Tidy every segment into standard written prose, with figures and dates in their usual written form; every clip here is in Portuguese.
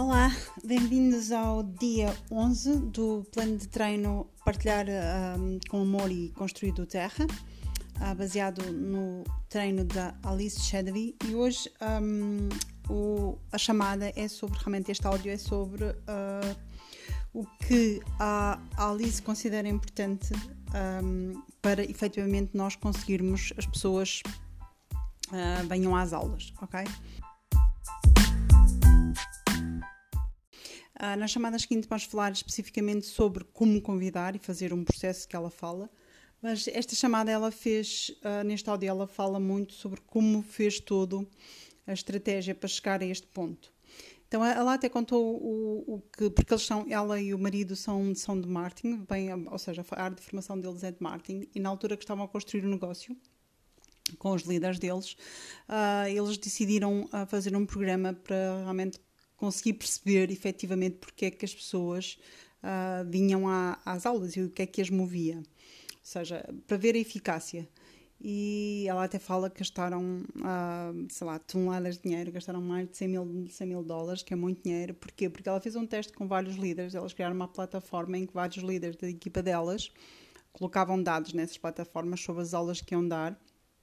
Olá, bem-vindos ao dia 11 do plano de treino Partilhar com Amor e Construir do Terra, baseado no treino da Alice Shedevy. E hoje a chamada é sobre, realmente este áudio é sobre o que a Alice considera importante para efetivamente nós conseguirmos as pessoas venham às aulas, ok? Na chamada seguinte vamos falar especificamente sobre como convidar e fazer um processo que ela fala, mas esta chamada ela fez, neste áudio ela fala muito sobre como fez todo a estratégia para chegar a este ponto. Então ela até contou o que, porque ela e o marido são de marketing, ou seja, a área de formação deles é de marketing, e na altura que estavam a construir o negócio com os líderes deles, eles decidiram fazer um programa para realmente conseguir perceber efetivamente porque é que as pessoas vinham às aulas e o que é que as movia, ou seja, para ver a eficácia. E ela até fala que gastaram, toneladas de dinheiro, gastaram mais de 100 mil dólares, que é muito dinheiro. Porquê? Porque ela fez um teste com vários líderes, elas criaram uma plataforma em que vários líderes da equipa delas colocavam dados nessas plataformas sobre as aulas que iam dar,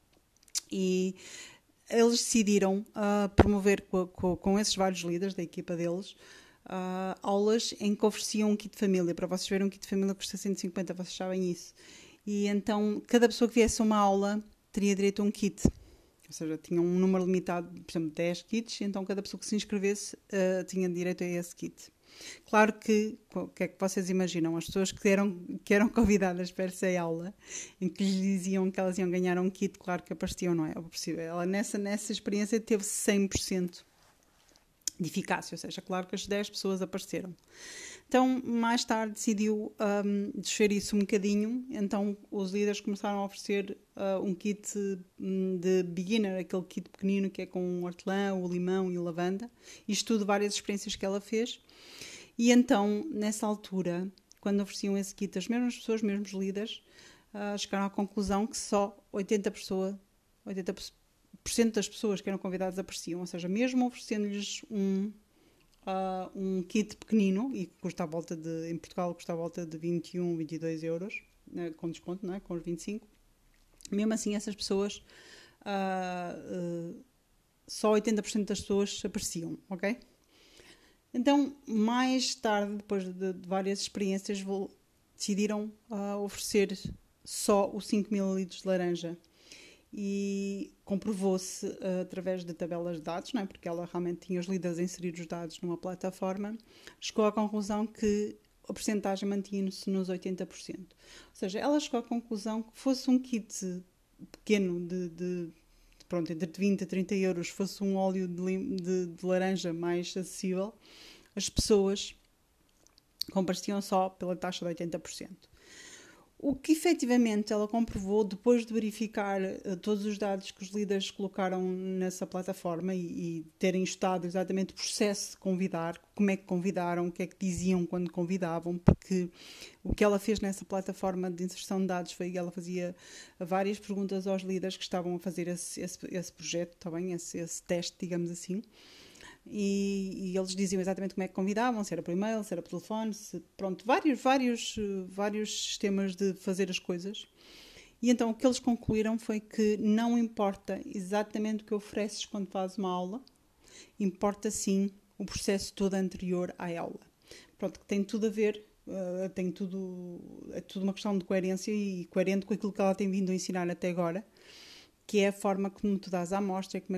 e eles decidiram promover com esses vários líderes da equipa deles aulas em que ofereciam um kit de família. Para vocês verem, um kit de família custa 150, vocês sabem isso. E então, cada pessoa que viesse a uma aula teria direito a um kit. Ou seja, tinha um número limitado, por exemplo, 10 kits, então cada pessoa que se inscrevesse tinha direito a esse kit. Claro que, o que é que vocês imaginam? As pessoas que eram convidadas para essa aula, em que lhes diziam que elas iam ganhar um kit, claro que apareciam, não é? Ela nessa experiência teve 100% de eficácia, ou seja, claro que as 10 pessoas apareceram. Então, mais tarde decidiu descer isso um bocadinho, então os líderes começaram a oferecer um kit de beginner, aquele kit pequenino que é com o hortelã, o limão e a lavanda, isto tudo, várias experiências que ela fez. E então, nessa altura, quando ofereciam esse kit, as mesmas pessoas, os mesmos líderes, chegaram à conclusão que só 80% das pessoas que eram convidadas apreciam, ou seja, mesmo oferecendo-lhes um kit pequenino, e que custa em Portugal custa à volta de 21, 22 euros, com desconto, não é? Com os 25, mesmo assim essas pessoas, só 80% das pessoas apreciam, ok? Então, mais tarde, depois de várias experiências, decidiram oferecer só os 5 ml de laranja. E comprovou-se através de tabelas de dados, não é? Porque ela realmente tinha os líderes a inserir os dados numa plataforma, chegou à conclusão que a percentagem mantinha-se nos 80%. Ou seja, ela chegou à conclusão que fosse um kit pequeno entre 20 a 30 euros, fosse um óleo de laranja mais acessível, as pessoas compareciam só pela taxa de 80%. O que efetivamente ela comprovou, depois de verificar todos os dados que os líderes colocaram nessa plataforma e terem estudado exatamente o processo de convidar, como é que convidaram, o que é que diziam quando convidavam, porque o que ela fez nessa plataforma de inserção de dados foi que ela fazia várias perguntas aos líderes que estavam a fazer esse projeto, tá bem? Esse teste, digamos assim. E eles diziam exatamente como é que convidavam, se era por e-mail, se era por telefone, vários sistemas de fazer as coisas. E então o que eles concluíram foi que não importa exatamente o que ofereces quando fazes uma aula, importa sim o processo todo anterior à aula. Pronto, que tem tudo a ver, é tudo uma questão de coerência e coerente com aquilo que ela tem vindo a ensinar até agora, que é a forma como tu dás a amostra, como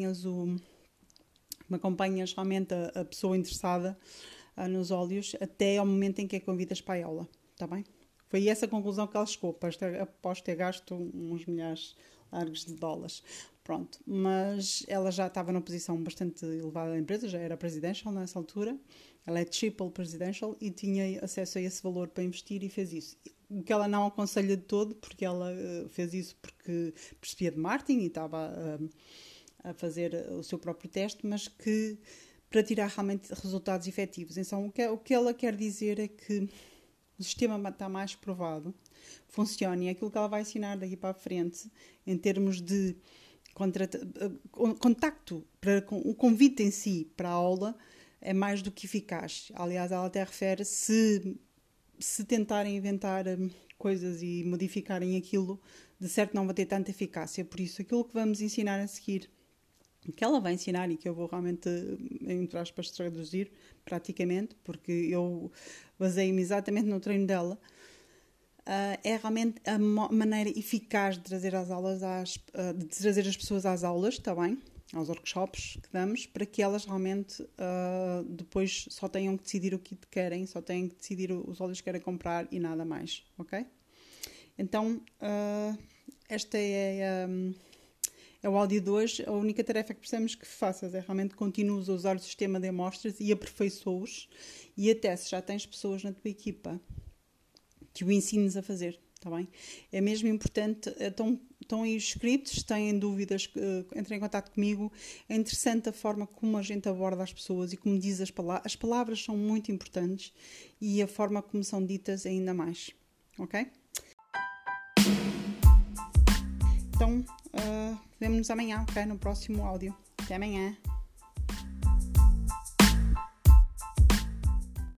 acompanhas realmente a pessoa interessada nos óleos até ao momento em que a convidas para a aula, está bem? Foi essa a conclusão que ela chegou, após ter gasto uns milhares largos de dólares. Pronto, mas ela já estava numa posição bastante elevada da empresa, já era presidential nessa altura, ela é triple presidential e tinha acesso a esse valor para investir e fez isso. O que ela não aconselha de todo, porque ela fez isso porque percebia de marketing e estava a fazer o seu próprio teste, mas que para tirar realmente resultados efetivos. Então, o que ela quer dizer é que o sistema está mais provado, funciona, e aquilo que ela vai ensinar daqui para a frente, em termos de contacto, o convite em si para a aula, é mais do que eficaz. Aliás, ela até refere se tentarem inventar coisas e modificarem aquilo, de certo não vai ter tanta eficácia. Por isso, aquilo que vamos ensinar a seguir, que ela vai ensinar e que eu vou realmente, entre aspas, traduzir praticamente, porque eu baseio-me exatamente no treino dela, é realmente a maneira eficaz de trazer de trazer as pessoas às aulas, está bem? Aos workshops que damos, para que elas realmente depois só tenham que decidir o que querem, só tenham que decidir os óleos que querem comprar e nada mais, ok? Então, esta é o áudio de hoje. A única tarefa que precisamos que faças é realmente continues a usar o sistema de amostras e aperfeiçoos, e até se já tens pessoas na tua equipa, que o ensines a fazer, está bem? É mesmo importante. Estão aí os scripts, se têm dúvidas, entrem em contato comigo. É interessante a forma como a gente aborda as pessoas e como diz as palavras. As palavras são muito importantes e a forma como são ditas ainda mais, ok? Então, vemo-nos amanhã, ok? No próximo áudio. Até amanhã.